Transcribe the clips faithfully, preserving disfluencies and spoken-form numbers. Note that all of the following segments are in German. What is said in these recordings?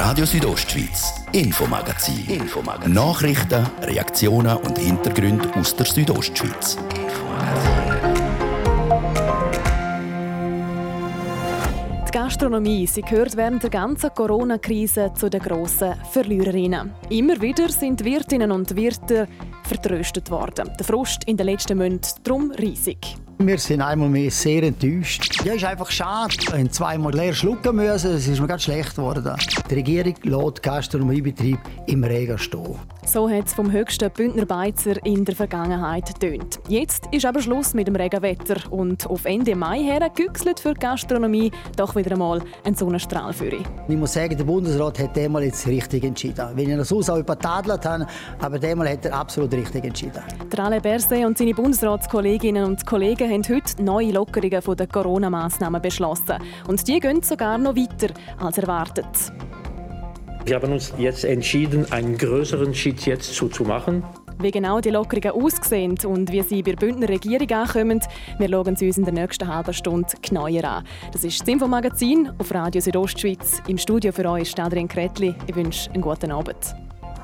Radio Südostschweiz, Infomagazin. Infomagazin. Nachrichten, Reaktionen und Hintergründe aus der Südostschweiz. Die Gastronomie, sie gehört während der ganzen Corona-Krise zu den grossen Verliererinnen. Immer wieder sind Wirtinnen und Wirte vertröstet worden. Der Frust in den letzten Monaten darum riesig. Wir sind einmal mehr sehr enttäuscht. Ja, ist einfach schade. Wir haben zweimal leer schlucken müssen. Es ist mir ganz schlecht geworden. Die Regierung lässt Gastronomiebetrieb im Regen stehen. So hat es vom höchsten Bündner Beizer in der Vergangenheit getönt. Jetzt ist aber Schluss mit dem Regenwetter und auf Ende Mai her güchselt für die Gastronomie doch wieder einmal ein Sonnenstrahl für ihn. Ich muss sagen, der Bundesrat hat diesmal jetzt richtig entschieden. Wenn ich das sonst auch übertadelt habe, aber diesmal hat er absolut richtig entschieden. Der Alain Berset und seine Bundesratskolleginnen und Kollegen haben heute neue Lockerungen der Corona-Massnahmen beschlossen. Und die gehen sogar noch weiter als erwartet. Wir haben uns jetzt entschieden, einen größeren Schritt jetzt zu, zu machen. Wie genau die Lockerungen aussehen und wie sie bei der Bündner Regierung ankommen, wir schauen sie uns in der nächsten halben Stunde genauer an. Das ist das Infomagazin auf Radio Südostschweiz. Im Studio für euch ist Adrian Kretli. Ich wünsche einen guten Abend.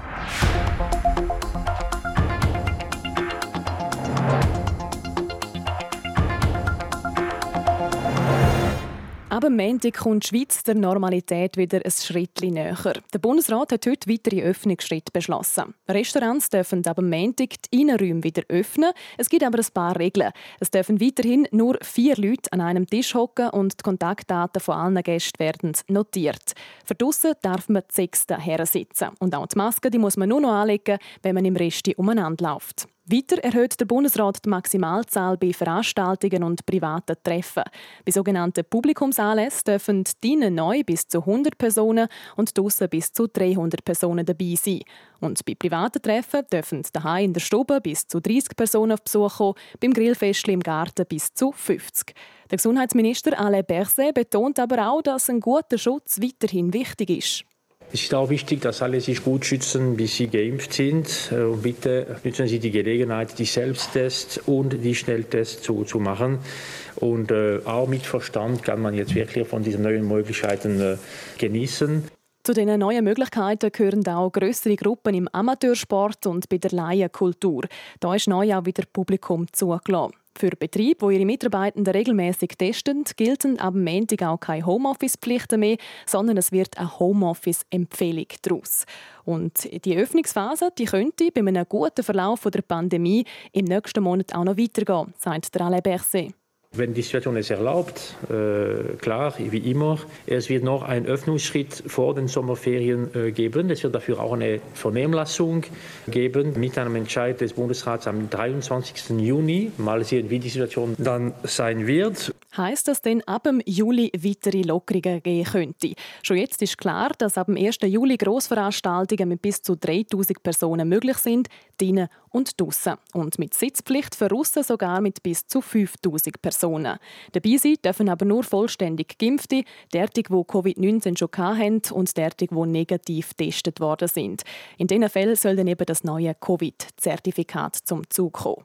Ab am Montag kommt die Schweiz der Normalität wieder ein Schrittchen näher. Der Bundesrat hat heute weitere Öffnungsschritte beschlossen. Restaurants dürfen ab am Montag die Innenräume wieder öffnen. Es gibt aber ein paar Regeln. Es dürfen weiterhin nur vier Leute an einem Tisch hocken und die Kontaktdaten von allen Gästen werden notiert. Für draussen darf man zu sechs daher sitzen. Und auch die Maske die muss man nur noch anlegen, wenn man im Rest umeinander läuft. Weiter erhöht der Bundesrat die Maximalzahl bei Veranstaltungen und privaten Treffen. Bei sogenannten Publikumsanlässen dürfen drinnen neu bis zu hundert Personen und draussen bis zu dreihundert Personen dabei sein. Und bei privaten Treffen dürfen daheim in der Stube bis zu dreissig Personen auf Besuch kommen, beim Grillfestchen im Garten bis zu fünfzig. Der Gesundheitsminister Alain Berset betont aber auch, dass ein guter Schutz weiterhin wichtig ist. Es ist auch wichtig, dass alle sich gut schützen, bis sie geimpft sind. Und bitte nutzen Sie die Gelegenheit, die Selbsttests und die Schnelltests zu, zu machen. Und äh, auch mit Verstand kann man jetzt wirklich von diesen neuen Möglichkeiten äh, genießen. Zu diesen neuen Möglichkeiten gehören auch grössere Gruppen im Amateursport und bei der Laienkultur. Da ist neu auch wieder Publikum zugelassen. Für Betriebe, die ihre Mitarbeitenden regelmäßig testen, gelten ab Montag auch keine Homeoffice-Pflichten mehr, sondern es wird eine Homeoffice-Empfehlung daraus. Und die Öffnungsphase die könnte bei einem guten Verlauf der Pandemie im nächsten Monat auch noch weitergehen, sagt der Alain Berset. Wenn die Situation es erlaubt, äh, klar, wie immer, es wird noch einen Öffnungsschritt vor den Sommerferien äh, geben. Es wird dafür auch eine Vernehmlassung geben mit einem Entscheid des Bundesrats am dreiundzwanzigsten Juni. Mal sehen, wie die Situation dann sein wird. Heisst das denn, ab dem Juli weitere Lockerungen geben könnte? Schon jetzt ist klar, dass ab dem ersten Juli Grossveranstaltungen mit bis zu dreitausend Personen möglich sind, drinnen und draussen. Und mit Sitzpflicht für Russen sogar mit bis zu fünftausend Personen. Dabei sein dürfen aber nur vollständig Geimpfte, derartig, die Covid neunzehn schon hatten und derartig, die negativ getestet worden sind. In diesen Fällen soll dann eben das neue Covid-Zertifikat zum Zug kommen.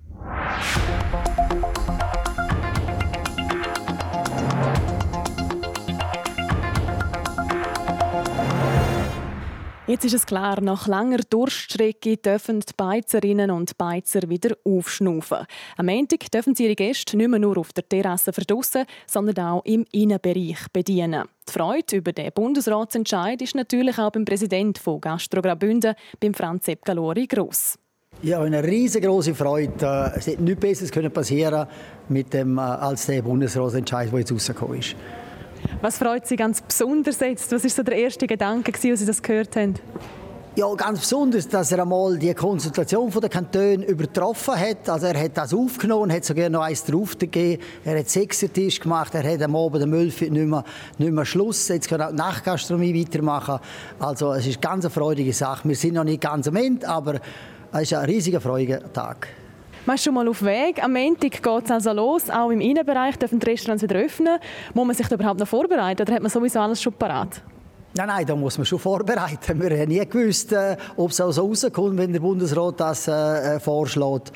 Jetzt ist es klar, nach langer Durststrecke dürfen die Beizerinnen und Beizer wieder aufschnaufen. Am Montag dürfen sie ihre Gäste nicht mehr nur auf der Terrasse verdraussen, sondern auch im Innenbereich bedienen. Die Freude über den Bundesratsentscheid ist natürlich auch beim Präsidenten von Gastro Graubünden, beim Franz Sepp Galori, gross. Ja, eine riesengroße Freude. Es hätte nichts Besseres passieren mit dem, als der Bundesratsentscheid, der jetzt rausgekommen ist. Was freut Sie ganz besonders jetzt? Was war so der erste Gedanke, als Sie das gehört haben? Ja, ganz besonders, dass er einmal die Konsultation der Kantone übertroffen hat. Also er hat das aufgenommen und hat sogar noch eins draufgegeben. Er hat Sechsertisch gemacht, er hat am Abend um elf Uhr nicht mehr, nicht mehr Schluss. Jetzt kann auch die Nachtgastronomie weitermachen. Also es ist eine ganz freudige Sache. Wir sind noch nicht ganz am Ende, aber es ist ein riesiger Freudentag. Man ist schon mal auf Weg. Am Montag geht es also los. Auch im Innenbereich dürfen die Restaurants wieder öffnen. Muss man sich da überhaupt noch vorbereiten oder hat man sowieso alles schon parat? Nein, nein, da muss man schon vorbereiten. Wir haben nie gewusst, ob es auch so rauskommt, wenn der Bundesrat das äh, vorschlägt.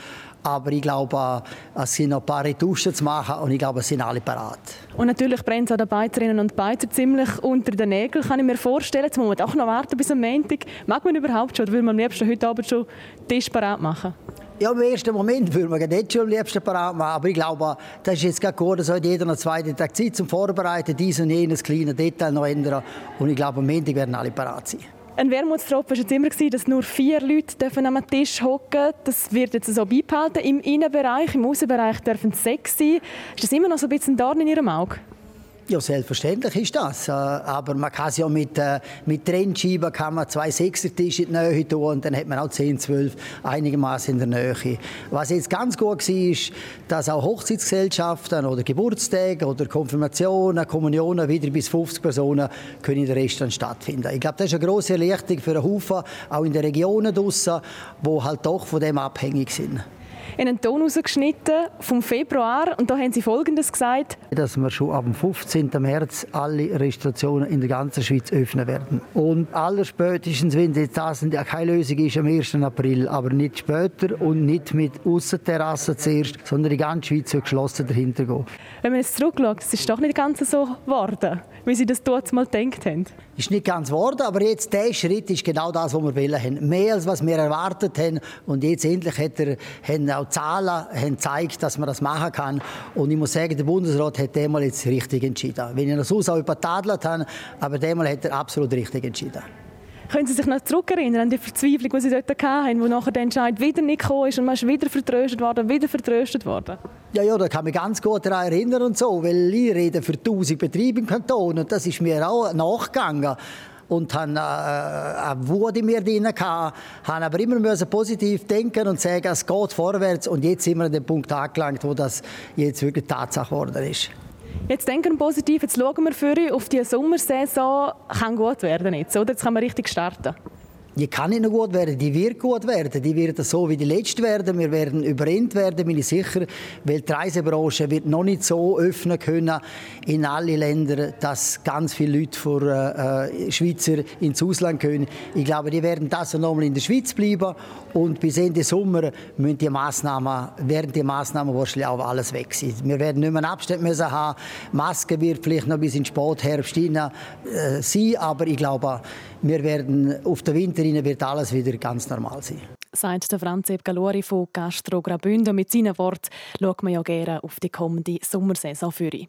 Aber ich glaube, es sind noch ein paar Retuschen zu machen und ich glaube, es sind alle parat. Und natürlich brennt es auch den Beizerinnen und Beizer ziemlich unter den Nägeln, kann ich mir vorstellen. Jetzt muss man auch noch warten bis am Montag. Mag man überhaupt schon oder will man am liebsten heute Abend schon den Tisch parat machen? Ja, im ersten Moment würde man jetzt schon am liebsten parat machen. Aber ich glaube, das ist jetzt gerade gut, dass heute jeder noch zwei Tage Zeit zum Vorbereiten, dies und jenes kleine Detail noch ändern. Und ich glaube, am Montag werden alle parat sein. Ein Wermutstropfen war jetzt immer, dass nur vier Leute am Tisch hocken dürfen. Das wird jetzt so beibehalten. Im Innenbereich, im Außenbereich dürfen es sechs sein. Ist das immer noch so ein bisschen ein Dorn in Ihrem Auge? Ja, selbstverständlich ist das. Aber man kann es ja mit, mit Trennscheiben kann man zwei Sechsertische in die Nähe tun und dann hat man auch zehn, zwölf einigermaßen in der Nähe. Was jetzt ganz gut war, ist, dass auch Hochzeitsgesellschaften oder Geburtstage oder Konfirmationen, Kommunionen wieder bis fünfzig Personen können in den Restaurant stattfinden. Ich glaube, das ist eine grosse Erleichterung für einen Haufen, auch in den Regionen draussen, die halt doch von dem abhängig sind. In einen Ton herausgeschnitten vom Februar und da haben Sie Folgendes gesagt. Dass wir schon am fünfzehnten März alle Restaurationen in der ganzen Schweiz öffnen werden. Und allerspätestens, wenn jetzt das ja keine Lösung ist, am ersten April, aber nicht später und nicht mit Aussenterrassen zuerst, sondern die ganze Schweiz soll geschlossen dahinter gehen. Wenn man jetzt zurückschaut, es ist doch nicht ganz so geworden, wie Sie das dort mal gedacht haben. Ist nicht ganz geworden, aber jetzt der Schritt ist genau das, was wir wollen haben. Mehr als was wir erwartet haben. Und jetzt endlich hat er, haben auch Zahlen haben gezeigt, dass man das machen kann. Und ich muss sagen, der Bundesrat hat einmal jetzt richtig entschieden. Wenn ich das sonst auch übertadelt habe, aber einmal hat er absolut richtig entschieden. Können Sie sich noch zurückerinnern an die Verzweiflung, die Sie dort hatten, wo nachher der Entscheid wieder nicht gekommen ist und man ist wieder vertröstet worden, wieder vertröstet worden? Ja, ja, da kann ich mich ganz gut daran erinnern und so, weil ich rede für tausend Betriebe im Kanton und das ist mir auch nachgegangen. Und habe äh, eine Wut in mir drin gehabt, habe aber immer müssen positiv denken und sagen, es geht vorwärts und jetzt sind wir an dem Punkt angelangt, wo das jetzt wirklich Tatsache geworden ist. Jetzt denken wir positiv, jetzt schauen wir für euch auf die Sommersaison. Kann gut werden jetzt, oder? Jetzt kann man richtig starten. Die kann nicht noch gut werden, die wird gut werden. Die wird so wie die letzte werden. Wir werden überrennt werden, bin ich sicher, weil die Reisebranche wird noch nicht so öffnen können in alle Länder, dass ganz viele Leute von äh, Schweizer ins Ausland können. Ich glaube, die werden das nochmal in der Schweiz bleiben und bis Ende Sommer müssen die Massnahmen, werden die Massnahmen wahrscheinlich auch alles weg sein. Wir werden nicht mehr einen Abstand müssen haben. Maske wird vielleicht noch bis in den Spätherbst hinein äh, sein, aber ich glaube, wir werden auf den Winter hinein wird alles wieder ganz normal sein. Sagt der Franz Galori von Gastro Graubünden. Mit seinen Worten schaut man ja gerne auf die kommende Sommersaison für ihn.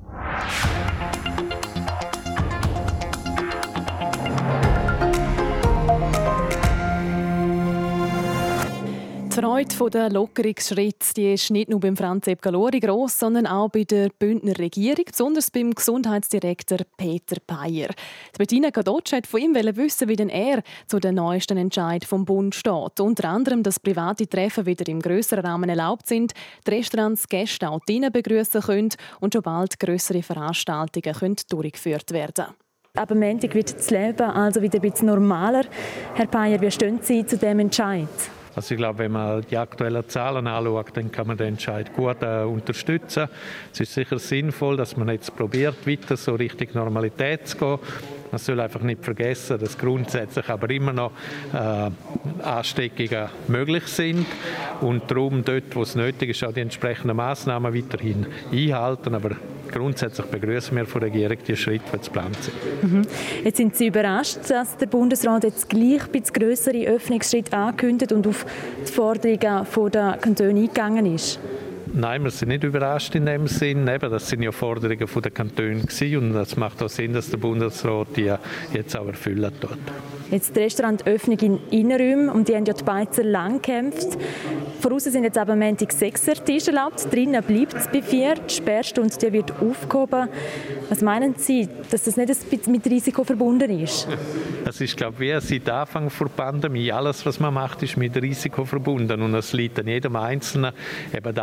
Die Freude der Lockerungsschritte die ist nicht nur beim Franz Galori gross, sondern auch bei der Bündner Regierung, besonders beim Gesundheitsdirektor Peter Payer. Die Bettina Gadotsch hat von ihm wissen, wie denn er zu den neuesten Entscheid vom Bund steht. Unter anderem, dass private Treffen wieder im grösseren Rahmen erlaubt sind, die Restaurants Gäste auch drinnen begrüßen können und schon bald grössere Veranstaltungen können durchgeführt werden. Ab Montag wird das Leben also wieder ein bisschen normaler. Herr Payer, wie stehen Sie zu diesem Entscheid? Also ich glaube, wenn man die aktuellen Zahlen anschaut, dann kann man den Entscheid gut äh, unterstützen. Es ist sicher sinnvoll, dass man jetzt probiert, weiter so Richtung Normalität zu gehen. Man soll einfach nicht vergessen, dass grundsätzlich aber immer noch äh, Ansteckungen möglich sind und darum dort, wo es nötig ist, auch die entsprechenden Massnahmen weiterhin einhalten. Aber grundsätzlich begrüßen wir von der Regierung die Schritte, die geplant sind. Mhm. Jetzt sind Sie überrascht, dass der Bundesrat jetzt gleich ein bisschen grössere Öffnungsschritte angekündigt und auf die Forderungen der Kantone eingegangen ist? Nein, wir sind nicht überrascht in dem Sinn. Eben, das sind ja Forderungen der Kantone und es macht auch Sinn, dass der Bundesrat die jetzt auch erfüllen tut. Jetzt die Restaurantöffnung in Innenräumen, um die haben ja die Beizer lang gekämpft. Voraus sind jetzt aber am Montag sechser Tische erlaubt, drinnen bleibt es bei vier, die Sperrstunde die wird aufgehoben. Was meinen Sie, dass das nicht ein bisschen mit Risiko verbunden ist? Das ist, glaube ich, seit Anfang der Pandemie. Alles, was man macht, ist mit Risiko verbunden und es liegt an jedem Einzelnen eben das, was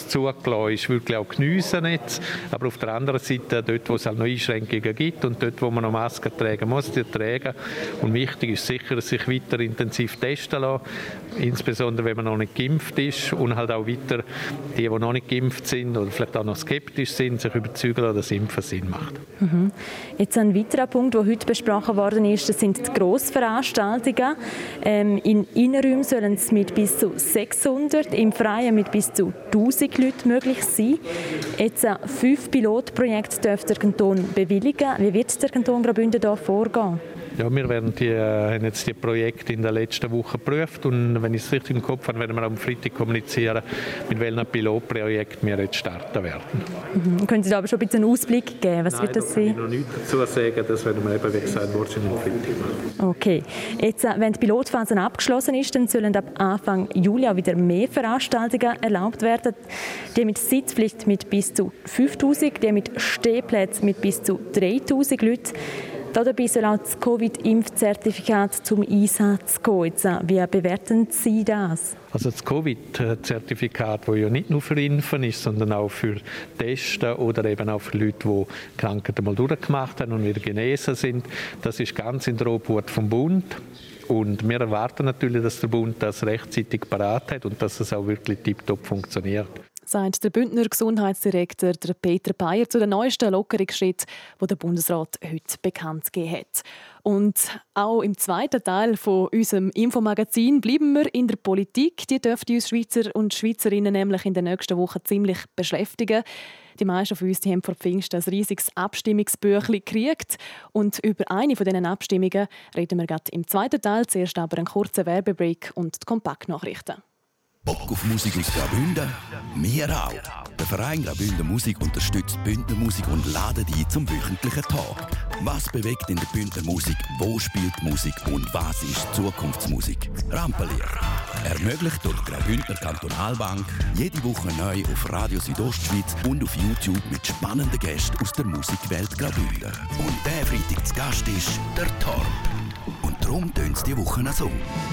alles zugelassen ist, wirklich auch geniessen jetzt. Aber auf der anderen Seite, dort, wo es halt noch Einschränkungen gibt und dort, wo man noch Masken tragen muss, die tragen. Und wichtig ist sicher, sich weiter intensiv testen lassen, insbesondere wenn man noch nicht geimpft ist und halt auch weiter die, die noch nicht geimpft sind oder vielleicht auch noch skeptisch sind, sich überzeugen lassen, dass Impfen Sinn macht. Mhm. Jetzt ein weiterer Punkt, der heute besprochen worden ist, das sind die Grossveranstaltungen. Ähm, in Innenräumen sollen es mit bis zu sechshundert, im Freien mit bis zu tausend Leuten möglich sein. Jetzt äh, fünf Pilotprojekte dürfte der Kanton bewilligen. Wie wird der Kanton Graubünden hier vorgehen? Ja, wir werden die, äh, haben jetzt die Projekte in der letzten Woche geprüft und wenn ich es richtig im Kopf habe, werden wir am Freitag kommunizieren, mit welchem Pilotprojekt wir jetzt starten werden. Mhm. Können Sie da aber schon ein bisschen einen Ausblick geben? Was Nein, wird das da sein? kann ich noch nichts dazu sagen, das werden wir eben, wie gesagt, wahrscheinlich am Freitag machen. Okay. Jetzt, wenn die Pilotphase abgeschlossen ist, dann sollen ab Anfang Juli auch wieder mehr Veranstaltungen erlaubt werden. Die mit Sitzpflicht mit bis zu fünftausend, die mit Stehplätzen mit bis zu dreitausend Leuten. Dabei soll auch das Covid-Impfzertifikat zum Einsatz kommen. Jetzt, wie bewerten Sie das? Also das Covid-Zertifikat, das ja nicht nur für Impfen ist, sondern auch für Testen oder eben auch für Leute, die Krankheit einmal durchgemacht haben und wieder genesen sind, das ist ganz in der Obhut vom Bund. Und wir erwarten natürlich, dass der Bund das rechtzeitig parat hat und dass es auch wirklich tiptop funktioniert. Sagt der Bündner Gesundheitsdirektor Peter Bayer zu den neuesten Lockerungsschritten, die der Bundesrat heute bekannt gegeben hat. Und auch im zweiten Teil von unserem Infomagazin bleiben wir in der Politik. Die dürfte uns Schweizer und Schweizerinnen nämlich in den nächsten Wochen ziemlich beschäftigen. Die meisten von uns die haben vor Pfingsten ein riesiges Abstimmungsbüchlein gekriegt. Und über eine von diesen Abstimmungen reden wir gerade im zweiten Teil. Zuerst aber einen kurzen Werbebreak und die Kompaktnachrichten. Bock auf Musik aus Graubünden? Wir auch. Der Verein Graubünden Musik unterstützt Bündner Musik und ladet ein zum wöchentlichen Tag. Was bewegt in der Bündner Musik? Wo spielt Musik? Und was ist Zukunftsmusik? Rampenlicht. Ermöglicht durch die Graubündner Kantonalbank. Jede Woche neu auf Radio Südostschweiz und auf YouTube mit spannenden Gästen aus der Musikwelt Graubünden. Und der Freitag zu Gast ist der Torb. Und darum tönt es die Woche so.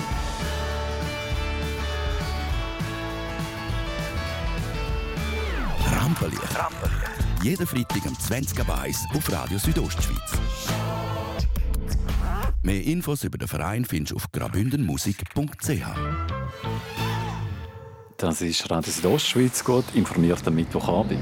Rampenlicht. Rampenlicht. Jeden Freitag um zwanzig Uhr eins auf Radio Südostschweiz. Mehr Infos über den Verein findest du auf graubündenmusik punkt c h. Das ist Radio Südostschweiz, gut informiert am Mittwochabend.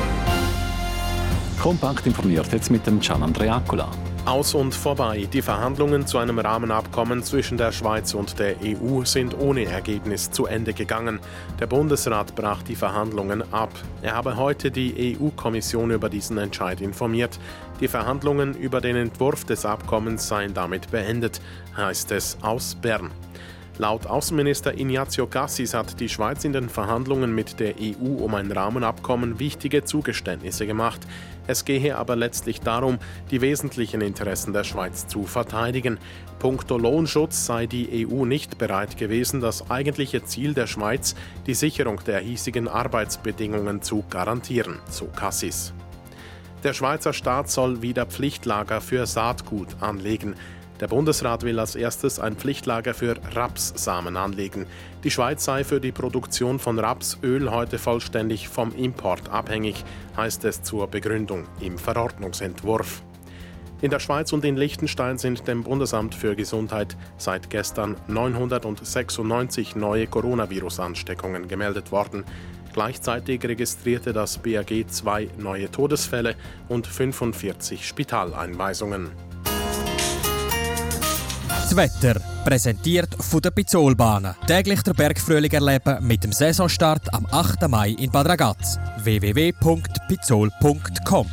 Kompakt informiert jetzt mit dem Gian Andrea Accola. Aus und vorbei. Die Verhandlungen zu einem Rahmenabkommen zwischen der Schweiz und der E U sind ohne Ergebnis zu Ende gegangen. Der Bundesrat brach die Verhandlungen ab. Er habe heute die E U-Kommission über diesen Entscheid informiert. Die Verhandlungen über den Entwurf des Abkommens seien damit beendet, heißt es aus Bern. Laut Außenminister Ignazio Cassis hat die Schweiz in den Verhandlungen mit der E U um ein Rahmenabkommen wichtige Zugeständnisse gemacht. Es gehe aber letztlich darum, die wesentlichen Interessen der Schweiz zu verteidigen. Punkto Lohnschutz sei die E U nicht bereit gewesen, das eigentliche Ziel der Schweiz, die Sicherung der hiesigen Arbeitsbedingungen zu garantieren, so Cassis. Der Schweizer Staat soll wieder Pflichtlager für Saatgut anlegen. Der Bundesrat will als erstes ein Pflichtlager für Rapssamen anlegen. Die Schweiz sei für die Produktion von Rapsöl heute vollständig vom Import abhängig, heißt es zur Begründung im Verordnungsentwurf. In der Schweiz und in Liechtenstein sind dem Bundesamt für Gesundheit seit gestern neunhundertsechsundneunzig neue Coronavirus-Ansteckungen gemeldet worden. Gleichzeitig registrierte das B A G zwei neue Todesfälle und fünfundvierzig Spitaleinweisungen. Das Wetter, präsentiert von der Pizzolbahnen. Täglich der Bergfrühling erleben mit dem Saisonstart am achten Mai in Bad Ragaz. w w w punkt pizzol punkt com.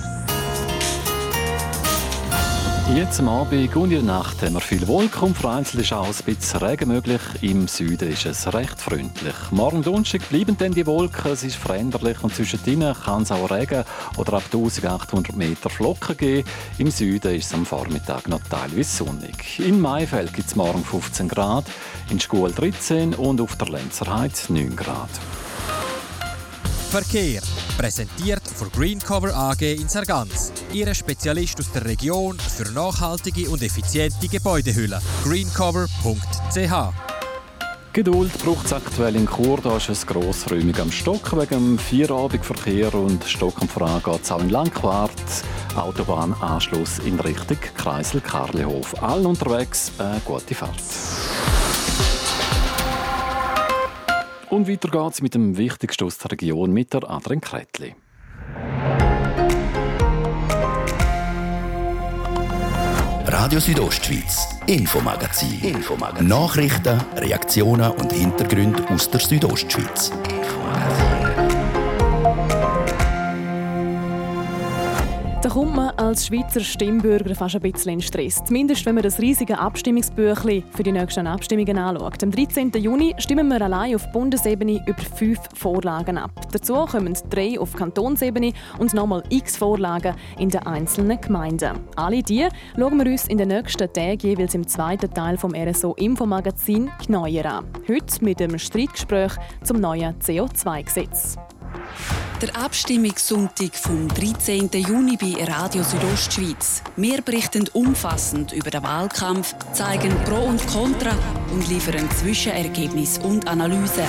Jetzt am Abend und in der Nacht haben wir viel Wolken und vereinzelt ist auch ein bisschen Regen möglich. Im Süden ist es recht freundlich. Morgen Donnerstag bleiben dann die Wolken, es ist veränderlich und zwischendrin kann es auch Regen oder ab eintausendachthundert Meter Flocken geben. Im Süden ist es am Vormittag noch teilweise sonnig. In Maifeld gibt es morgen fünfzehn Grad, in Schkuhl dreizehn und auf der Lenzerheide neun Grad. Verkehr, präsentiert von Greencover A G in Sargans. Ihre Spezialist aus der Region für nachhaltige und effiziente Gebäudehüllen. greencover punkt c h. Geduld braucht es aktuell in Chur. Da ist es grossräumig am Stock wegen dem Feierabendverkehr und Stock am Voran geht es auch in Langquart. Autobahnanschluss in Richtung Kreisel-Karlihof. Allen unterwegs eine gute Fahrt. Und weiter geht es mit dem Wichtigsten aus der Region, mit der Adrian Kretli. Radio Südostschweiz, Infomagazin. Infomagazin. Nachrichten, Reaktionen und Hintergründe aus der Südostschweiz. Da kommt man als Schweizer Stimmbürger fast ein bisschen in Stress. Zumindest wenn man das riesige Abstimmungsbüchlein für die nächsten Abstimmungen anschaut. Am dreizehnten Juni stimmen wir allein auf Bundesebene über fünf Vorlagen ab. Dazu kommen drei auf Kantonsebene und nochmal x Vorlagen in den einzelnen Gemeinden. Alle die schauen wir uns in den nächsten Tagen jeweils im zweiten Teil vom R S O-Infomagazin genauer an. Heute mit dem Streitgespräch zum neuen C O zwei Gesetz. Der Abstimmungssonntag vom dreizehnten Juni bei Radio Südostschweiz. Wir berichten umfassend über den Wahlkampf, zeigen Pro und Contra und liefern Zwischenergebnisse und Analysen.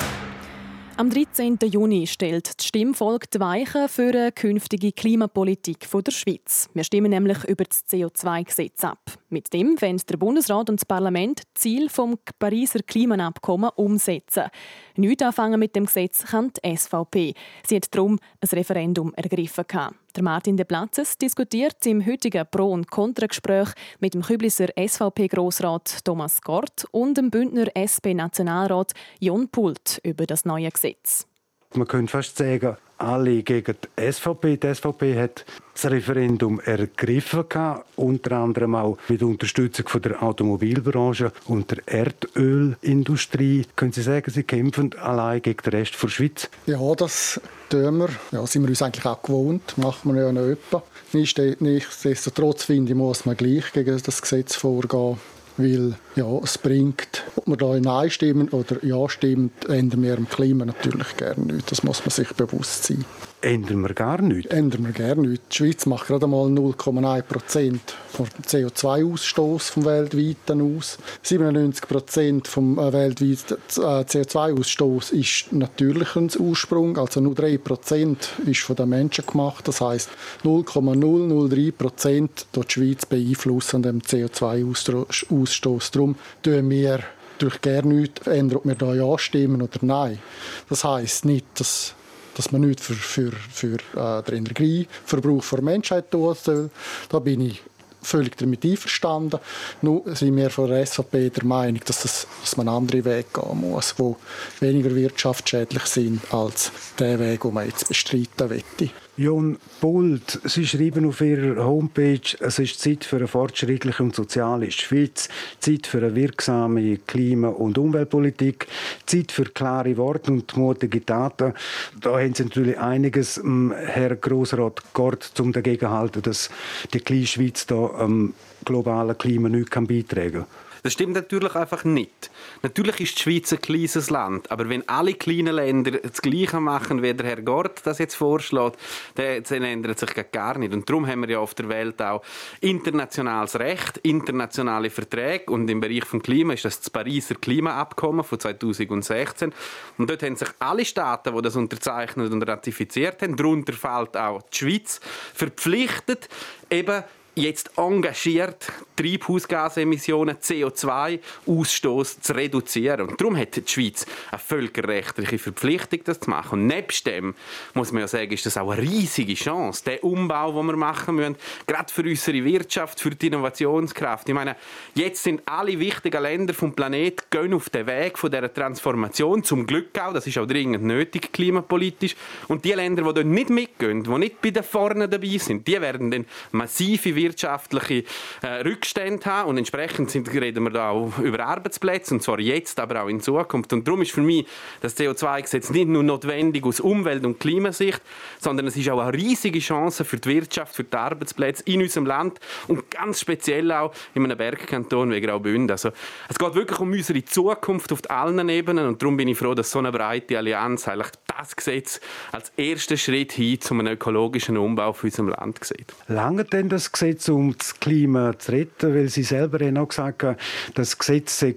Am dreizehnten Juni stellt das Stimmvolk die Weichen für eine künftige Klimapolitik der Schweiz. Wir stimmen nämlich über das C O zwei Gesetz ab. Mit dem wollen der Bundesrat und das Parlament die Ziele des Pariser Klimaabkommen umsetzen. Nichts anfangen mit dem Gesetz kann die S V P. Sie hat darum ein Referendum ergriffen. Der Martin de Platzes diskutiert im heutigen Pro- und Kontragespräch mit dem Küblisser S V P-Grossrat Thomas Gort und dem Bündner S P-Nationalrat Jon Pult über das neue Gesetz. Man könnte fast sagen, alle gegen die S V P. Die S V P hat das Referendum ergriffen, unter anderem auch mit Unterstützung von der Automobilbranche und der Erdölindustrie. Können Sie sagen, Sie kämpfen allein gegen den Rest der Schweiz? Ja, das tun wir. Ja, sind wir uns eigentlich auch gewohnt. Machen wir ja noch etwa. Nichtsdestotrotz finde ich, muss man gleich gegen das Gesetz vorgehen. Weil ja, es bringt, ob man da Nein stimmen oder Ja stimmt, ändern wir am Klima natürlich gerne nichts. Das muss man sich bewusst sein. Ändern wir gar nichts? Ändern wir gar nichts. Die Schweiz macht gerade mal null Komma eins Prozent vom C O zwei Ausstoß vom weltweiten aus. siebenundneunzig Prozent vom weltweiten C O zwei Ausstoß ist natürlicher Ursprung, also nur drei Prozent ist von den Menschen gemacht. Das heisst, null Komma null null drei Prozent die Schweiz beeinflussen dem C O zwei Ausstoß. Darum tun wir durch gar nichts ändern, ob wir da Ja stimmen oder Nein. Das heisst nicht, dass dass man nichts für, für, für äh, den Energieverbrauch der Menschheit tun soll. Da bin ich völlig damit einverstanden. Nun sind wir von der S V P der Meinung, dass, das, dass man einen anderen Weg gehen muss, der weniger wirtschaftsschädlich sind als der Weg, den man jetzt bestreiten möchte. Jon Pult, Sie schreiben auf Ihrer Homepage, es ist Zeit für eine fortschrittliche und soziale Schweiz, Zeit für eine wirksame Klima- und Umweltpolitik, Zeit für klare Worte und mutige Taten. Da haben Sie natürlich einiges, Herr Grossrat Gort, um dagegen zu halten, dass die kleine Schweiz da am globalen Klima nichts beitragen kann. Das stimmt natürlich einfach nicht. Natürlich ist die Schweiz ein kleines Land, aber wenn alle kleinen Länder das Gleiche machen, wie der Herr Gort das jetzt vorschlägt, dann ändert sich gar nicht. Und darum haben wir ja auf der Welt auch internationales Recht, internationale Verträge und im Bereich des Klima ist das das Pariser Klimaabkommen von zweitausendsechzehn. Und dort haben sich alle Staaten, die das unterzeichnet und ratifiziert haben, darunter fällt auch die Schweiz, verpflichtet, eben jetzt engagiert, Treibhausgasemissionen, C O zwei Ausstoß zu reduzieren. Und darum hat die Schweiz eine völkerrechtliche Verpflichtung, das zu machen. Und nebst dem, muss man ja sagen, ist das auch eine riesige Chance, der Umbau, den wir machen müssen, gerade für unsere Wirtschaft, für die Innovationskraft. Ich meine, jetzt sind alle wichtigen Länder vom Planeten gehen auf den Weg von dieser Transformation, zum Glück auch, das ist auch dringend nötig, klimapolitisch. Und die Länder, die dort nicht mitgehen, die nicht bei den Vorne dabei sind, die werden dann massive wirtschaftliche äh, Rückstände haben und entsprechend sind, reden wir da auch über Arbeitsplätze und zwar jetzt, aber auch in Zukunft. Und darum ist für mich das C O zwei Gesetz nicht nur notwendig aus Umwelt- und Klimasicht, sondern es ist auch eine riesige Chance für die Wirtschaft, für die Arbeitsplätze in unserem Land und ganz speziell auch in einem Bergkanton wie Graubünden. Also es geht wirklich um unsere Zukunft auf allen Ebenen und darum bin ich froh, dass so eine breite Allianz eigentlich das Gesetz als ersten Schritt hin zu einem ökologischen Umbau für unser Land sieht. Lange denn das Gesetz, um das Klima zu retten? Weil Sie selber haben auch gesagt, das Gesetz sei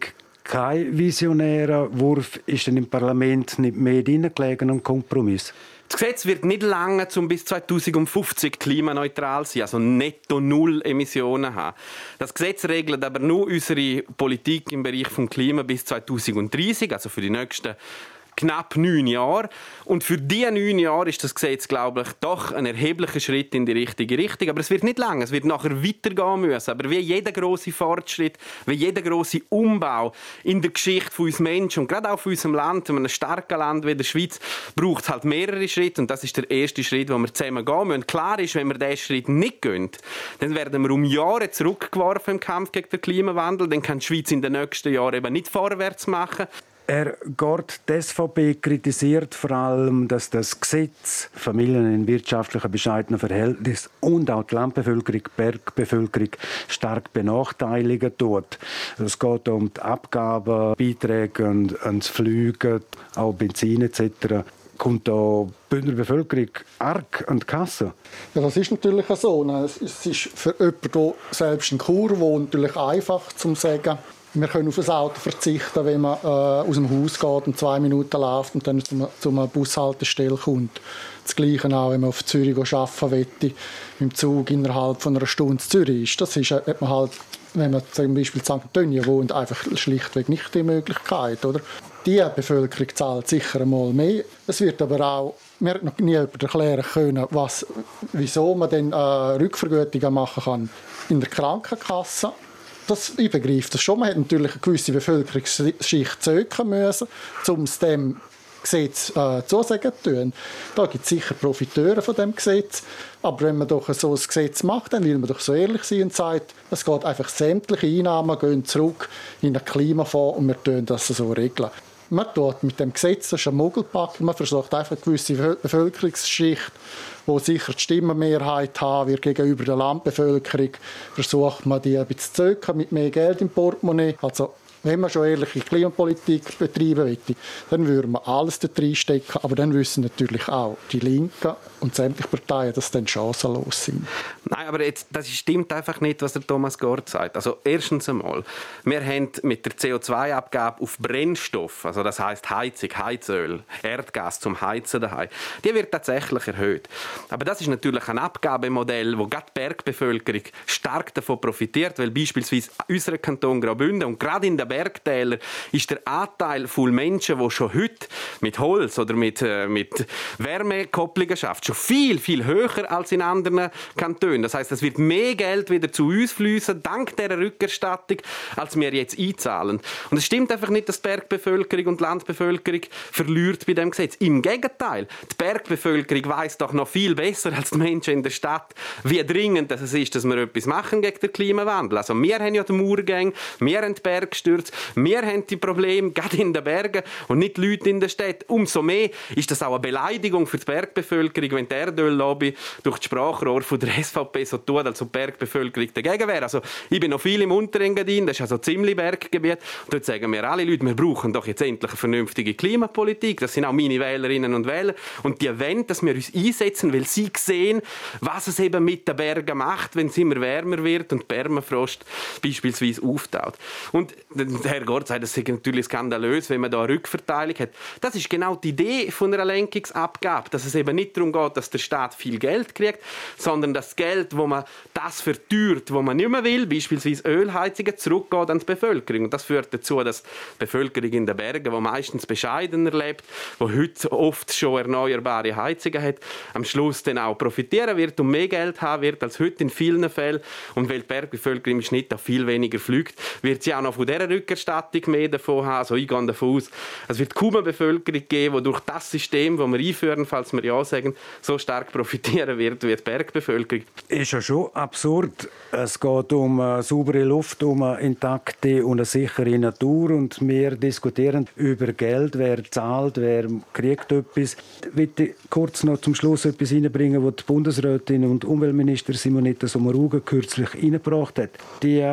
kein visionärer Wurf, ist denn im Parlament nicht mehr drin gelegen am Kompromiss? Das Gesetz wird nicht lange, um bis zweitausendfünfzig klimaneutral zu sein, also netto null Emissionen haben. Das Gesetz regelt aber nur unsere Politik im Bereich des Klima bis zweitausenddreissig, also für die nächsten knapp neun Jahre. Und für diese neun Jahre ist das Gesetz, glaube ich, doch ein erheblicher Schritt in die richtige Richtung. Aber es wird nicht lange, es wird nachher weitergehen müssen. Aber wie jeder grosse Fortschritt, wie jeder grosse Umbau in der Geschichte von uns Menschen und gerade auch von unserem Land, in einem starken Land wie der Schweiz, braucht es halt mehrere Schritte. Und das ist der erste Schritt, wo wir zusammen gehen müssen. Klar ist, wenn wir diesen Schritt nicht gehen, dann werden wir um Jahre zurückgeworfen im Kampf gegen den Klimawandel. Dann kann die Schweiz in den nächsten Jahren eben nicht vorwärts machen. Herr Gort, die S V P kritisiert vor allem, dass das Gesetz Familien in wirtschaftlichen bescheidenen Verhältnissen und auch die Landbevölkerung, die Bergbevölkerung stark benachteiligen tut. Es geht um die Abgaben, Beiträge und, und das Fliegen, auch Benzin et cetera. Kommt da die Bündner Bevölkerung arg an die Kasse? Ja, das ist natürlich so. Es ist für jemanden, der selbst in Chur wohnt, natürlich einfach zu sagen, wir können auf das Auto verzichten, wenn man äh, aus dem Haus geht und zwei Minuten läuft und dann zu, zu einer Bushaltestelle kommt. Das Gleiche auch, wenn man auf Zürich arbeiten will, mit dem Zug innerhalb von einer Stunde in Zürich ist. Das ist, hat man halt, wenn man zum Beispiel in Sankt Antonio wohnt, einfach schlichtweg nicht die Möglichkeit. Oder? Die Bevölkerung zahlt sicher einmal mehr. Es wird aber auch, mir hat noch nie jemand erklären können, was, wieso man dann äh, Rückvergütungen machen kann in der Krankenkasse. Das, ich begreife das schon. Man hätte natürlich eine gewisse Bevölkerungsschicht zögern müssen, um es dem Gesetz äh, zusagen zu tun. Da gibt es sicher Profiteure von dem Gesetz. Aber wenn man doch so ein Gesetz macht, dann will man doch so ehrlich sein und sagt, es geht einfach sämtliche Einnahmen gehen zurück in einen Klimafonds und wir tun das so regeln. Man tut mit dem Gesetz, das ist ein Mogelpack, man versucht einfach eine gewisse Bevölkerungsschicht, die sicher die Stimmenmehrheit haben wird gegenüber der Landbevölkerung, versucht man die ein bisschen zu zögern mit mehr Geld im Portemonnaie. Also, wenn man schon ehrliche Klimapolitik betreiben will, dann würde man alles da reinstecken. Aber dann wissen natürlich auch die Linken und sämtliche Parteien, dass dann chancenlos sind. Nein, aber jetzt, das stimmt einfach nicht, was der Thomas Gort sagt. Also erstens einmal, wir haben mit der C O zwei Abgabe auf Brennstoff, also das heisst Heizung, Heizöl, Erdgas zum Heizen daheim, die wird tatsächlich erhöht. Aber das ist natürlich ein Abgabemodell, wo gerade die Bergbevölkerung stark davon profitiert, weil beispielsweise unser Kanton Graubünden und gerade in den Bergtälern ist der Anteil von Menschen, die schon heute mit Holz oder mit, äh, mit Wärmekopplungen arbeiten, schon viel, viel höher als in anderen Kantonen. Das heisst, es wird mehr Geld wieder zu uns fließen, dank dieser Rückerstattung, als wir jetzt einzahlen. Und es stimmt einfach nicht, dass die Bergbevölkerung und die Landbevölkerung verliert bei diesem Gesetz. Im Gegenteil, die Bergbevölkerung weiss doch noch viel besser als die Menschen in der Stadt, wie dringend es ist, dass wir etwas machen gegen den Klimawandel. Also wir haben ja die Mauergänge, wir haben die Bergstürze, wir haben die Probleme, gerade in den Bergen und nicht die Leute in der Stadt. Umso mehr ist das auch eine Beleidigung für die Bergbevölkerung, wenn die Erdöllobby durch die Sprachrohr von der S V P so tut, als ob die Bergbevölkerung dagegen wäre. Also, ich bin noch viel im Unterengadin, das ist also ziemlich Berggebiet. Und dort sagen mir alle Leute, wir brauchen doch jetzt endlich eine vernünftige Klimapolitik. Das sind auch meine Wählerinnen und Wähler. Und die wollen, dass wir uns einsetzen, weil sie sehen, was es eben mit den Bergen macht, wenn es immer wärmer wird und Permafrost beispielsweise auftaut. Und der Herr Gort sagt, das ist natürlich skandalös, wenn man da eine Rückverteilung hat. Das ist genau die Idee von einer Lenkungsabgabe, dass es eben nicht darum geht, dass der Staat viel Geld kriegt, sondern das Geld, wo man das verteuert, wo man nicht mehr will, beispielsweise Ölheizungen, zurückgeht an die Bevölkerung. Und das führt dazu, dass die Bevölkerung in den Bergen, die meistens bescheidener lebt, die heute oft schon erneuerbare Heizungen hat, am Schluss dann auch profitieren wird und mehr Geld haben wird als heute in vielen Fällen. Und weil die Bergbevölkerung im Schnitt auch viel weniger fliegt, wird sie auch noch von dieser Rückerstattung mehr davon haben. Also ich gehe davon aus, es wird kaum eine Bevölkerung geben, die durch das System, das wir einführen, falls wir ja sagen, so stark profitieren wird wie die Bergbevölkerung. Ist ja schon absurd. Es geht um eine saubere Luft, um eine intakte und eine sichere Natur und wir diskutieren über Geld, wer zahlt, wer kriegt etwas. Ich möchte kurz noch zum Schluss etwas reinbringen, was die Bundesrätin und Umweltminister Simonetta Sommaruga kürzlich reingebracht hat. Die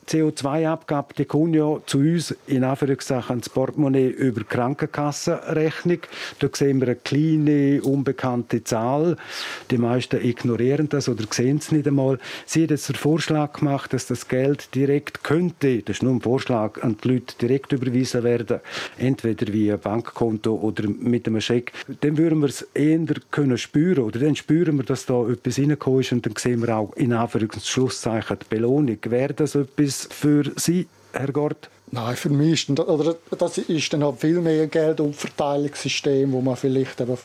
C O zwei Abgabe, die kommt ja zu uns in Anführungszeichen ins Portemonnaie über die Krankenkassenrechnung. Da sehen wir eine kleine, unbekannte Zahl. Die meisten ignorieren das oder sehen es nicht einmal. Sie hat jetzt den Vorschlag gemacht, dass das Geld direkt könnte, das ist nur ein Vorschlag, an die Leute direkt überwiesen werden, entweder via Bankkonto oder mit einem Scheck. Dann würden wir es eher können spüren oder dann spüren wir, dass da etwas reingekommen ist und dann sehen wir auch in Anführungszeichen die Belohnung. Wäre das etwas für Sie, Herr Gort? Nein, für mich ist, oder das ist dann halt viel mehr ein Geldumverteilungssystem, wo man vielleicht eben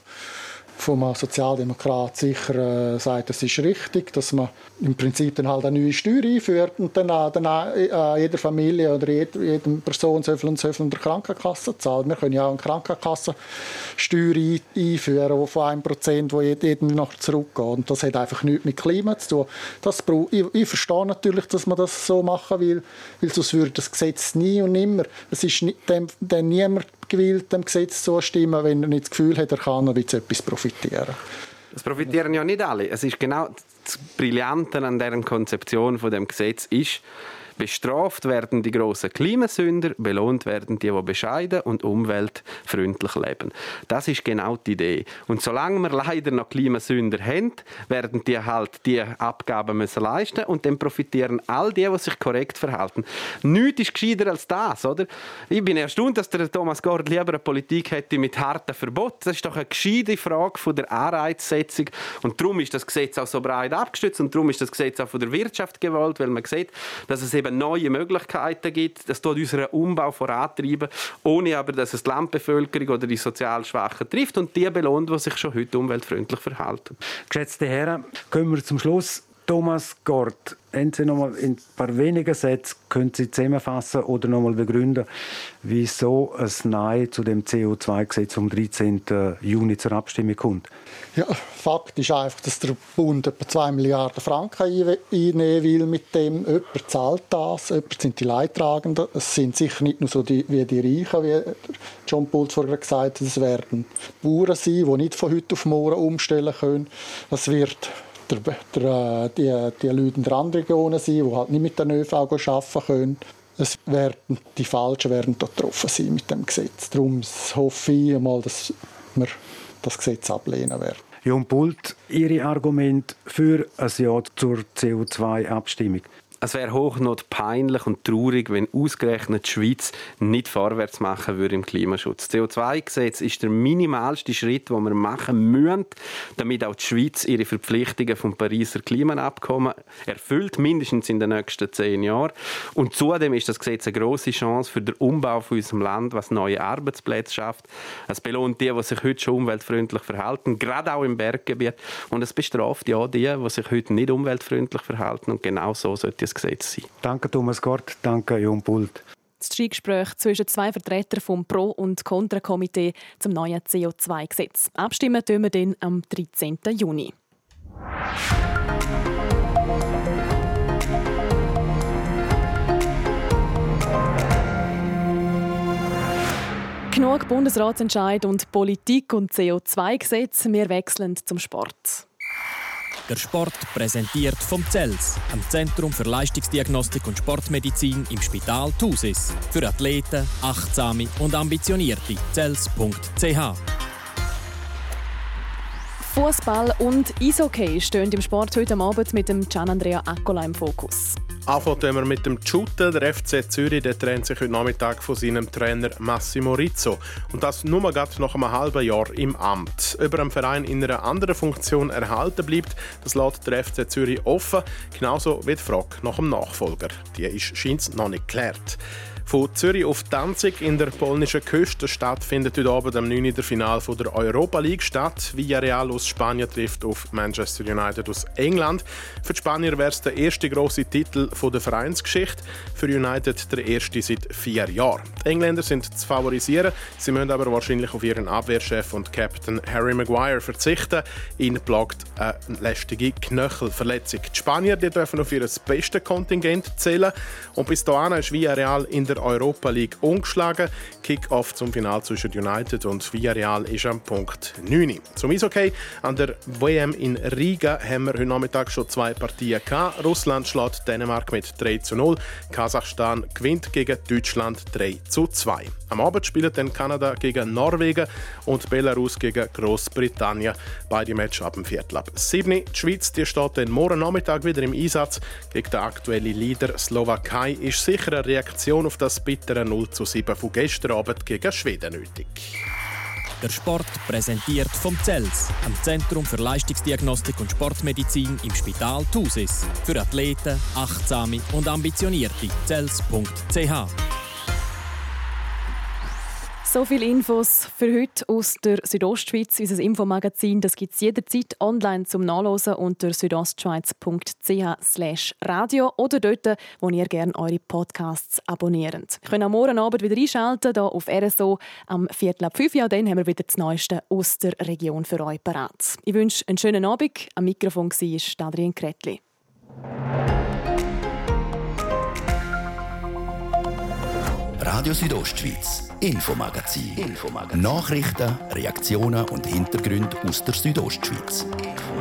vom Sozialdemokrat sicher äh, sagt, es ist richtig, dass man im Prinzip dann halt eine neue Steuer einführt und dann, äh, dann äh, jeder Familie oder jeder, jeder Person so viel und so viel in der Krankenkasse zahlt. Wir können ja auch eine Krankenkassensteuer ein, einführen von einem Prozent, wo jeden noch zurückgeht. Und das hat einfach nichts mit Klima zu tun. Das, ich, ich verstehe natürlich, dass man das so machen will, weil sonst würde das Gesetz nie und nimmer. Es ist nicht, dem, dem niemand gewillt, dem Gesetz zustimmen, wenn er nicht das Gefühl hat, er kann noch etwas profitieren. Das profitieren ja nicht alle. Es ist genau das Brillante an deren Konzeption von dem Gesetz ist, bestraft werden die grossen Klimasünder, belohnt werden die, die bescheiden und umweltfreundlich leben. Das ist genau die Idee. Und solange wir leider noch Klimasünder haben, werden die halt die Abgaben müssen leisten und dann profitieren all die, die sich korrekt verhalten. Nichts ist gescheiter als das, oder? Ich bin erstaunt, dass der Thomas Gord lieber eine Politik hätte mit harten Verboten. Das ist doch eine gescheite Frage von der Anreizsetzung und darum ist das Gesetz auch so breit abgestützt und darum ist das Gesetz auch von der Wirtschaft gewollt, weil man sieht, dass es eben neue Möglichkeiten gibt, das tut unseren Umbau vorantreiben, ohne aber, dass es die Landbevölkerung oder die sozial Schwachen trifft und die belohnt, die sich schon heute umweltfreundlich verhalten. Geschätzte Herren, kommen wir zum Schluss. Thomas Gort, haben Sie noch mal in ein paar wenigen Sätzen können Sie zusammenfassen oder noch mal begründen, wieso ein Nein zu dem C O zwei Gesetz vom dreizehnten Juni zur Abstimmung kommt? Ja, Fakt ist einfach, dass der Bund etwa zwei Milliarden Franken einnehmen will mit dem. Jemand zahlt das, jemand sind die Leidtragenden. Es sind sicher nicht nur so die, wie die Reichen, wie John Pult vorher gesagt hat. Es werden Bauern sein, die nicht von heute auf morgen umstellen können. Es wird Der, der, die, die Leute in den Randregionen sein, die halt nicht mit der ÖV arbeiten können. Es werden, die Falschen werden da getroffen sein mit dem Gesetz. Darum hoffe ich einmal, dass wir das Gesetz ablehnen werden. John Pult, Ihre Argumente für ein Ja zur C O zwei Abstimmung? Es wäre hochnot peinlich und traurig, wenn ausgerechnet die Schweiz nicht vorwärts machen würde im Klimaschutz. Das C O zwei Gesetz ist der minimalste Schritt, den wir machen müssen, damit auch die Schweiz ihre Verpflichtungen vom Pariser Klimaabkommen erfüllt, mindestens in den nächsten zehn Jahren. Und zudem ist das Gesetz eine grosse Chance für den Umbau von unserem Land, was neue Arbeitsplätze schafft. Es belohnt die, die sich heute schon umweltfreundlich verhalten, gerade auch im Berggebiet. Und es bestraft ja die, die sich heute nicht umweltfreundlich verhalten. Und genau so sollte es Gesetz sein. Danke Thomas Gort, danke John Pult. Das Streitgespräch zwischen zwei Vertretern vom Pro- und Kontra-Komitee zum neuen C O zwei Gesetz. Abstimmen tun wir dann am dreizehnten Juni. Genug Bundesratsentscheid und Politik und C O zwei Gesetz. Wir wechseln zum Sport. Der Sport präsentiert vom C E L S, am Zentrum für Leistungsdiagnostik und Sportmedizin im Spital Thusis. Für Athleten, Achtsame und Ambitionierte. zels punkt c h. Fußball und Eishockey stehen im Sport heute Abend mit dem Gianandrea Accola im Fokus. Anfangen wir mit dem Shooten. Der F C Zürich der trennt sich heute Nachmittag von seinem Trainer Massimo Rizzo. Und das nur gerade nach einem halben Jahr im Amt. Ob er im Verein in einer anderen Funktion erhalten bleibt, das lässt der F C Zürich offen. Genauso wie die Frage nach dem Nachfolger. Die ist scheint noch nicht geklärt. Von Zürich auf Danzig in der polnischen Küstenstadt findet heute Abend am neun Uhr der Finale der Europa League statt. Villarreal aus Spanien trifft auf Manchester United aus England. Für die Spanier wäre es der erste grosse Titel der Vereinsgeschichte. Für United der erste seit vier Jahren. Die Engländer sind zu favorisieren. Sie müssen aber wahrscheinlich auf ihren Abwehrchef und Captain Harry Maguire verzichten. Ihn plagt eine lästige Knöchelverletzung. Die Spanier die dürfen auf ihr bestes Kontingent zählen. Und bis dahin ist Villarreal in der der Europa League ungeschlagen. Kick-off zum Finale zwischen United und Villarreal ist am Punkt neun. Zum Eishockey an der W M in Riga haben wir heute Nachmittag schon zwei Partien gehabt. Russland schlägt Dänemark mit drei zu null. Kasachstan gewinnt gegen Deutschland drei zu zwei. Am Abend spielen dann Kanada gegen Norwegen und Belarus gegen Großbritannien. Beide Matches ab dem Viertel ab sieben. Die Schweiz die steht dann morgen Nachmittag wieder im Einsatz. Gegen den aktuellen Leader Slowakei ist sicher eine Reaktion auf das bittere null zu sieben von gestern Abend gegen Schweden nötig. Der Sport präsentiert vom C E L S, am Zentrum für Leistungsdiagnostik und Sportmedizin im Spital Thusis. Für Athleten, Achtsame und Ambitionierte. zels punkt c h. So viele Infos für heute aus der Südostschweiz. Unser Infomagazin gibt es jederzeit online zum Nachlesen unter südostschweiz punkt c h slash radio oder dort, wo ihr gerne eure Podcasts abonniert. Ihr könnt am morgen Abend wieder einschalten, hier auf R S O am Viertel ab fünf. Ja, dann haben wir wieder das Neueste aus der Region für euch parat. Ich wünsche einen schönen Abend. Am Mikrofon war Adrian Kretli. Radio Südostschweiz, Infomagazin. Infomagazin. Nachrichten, Reaktionen und Hintergründe aus der Südostschweiz.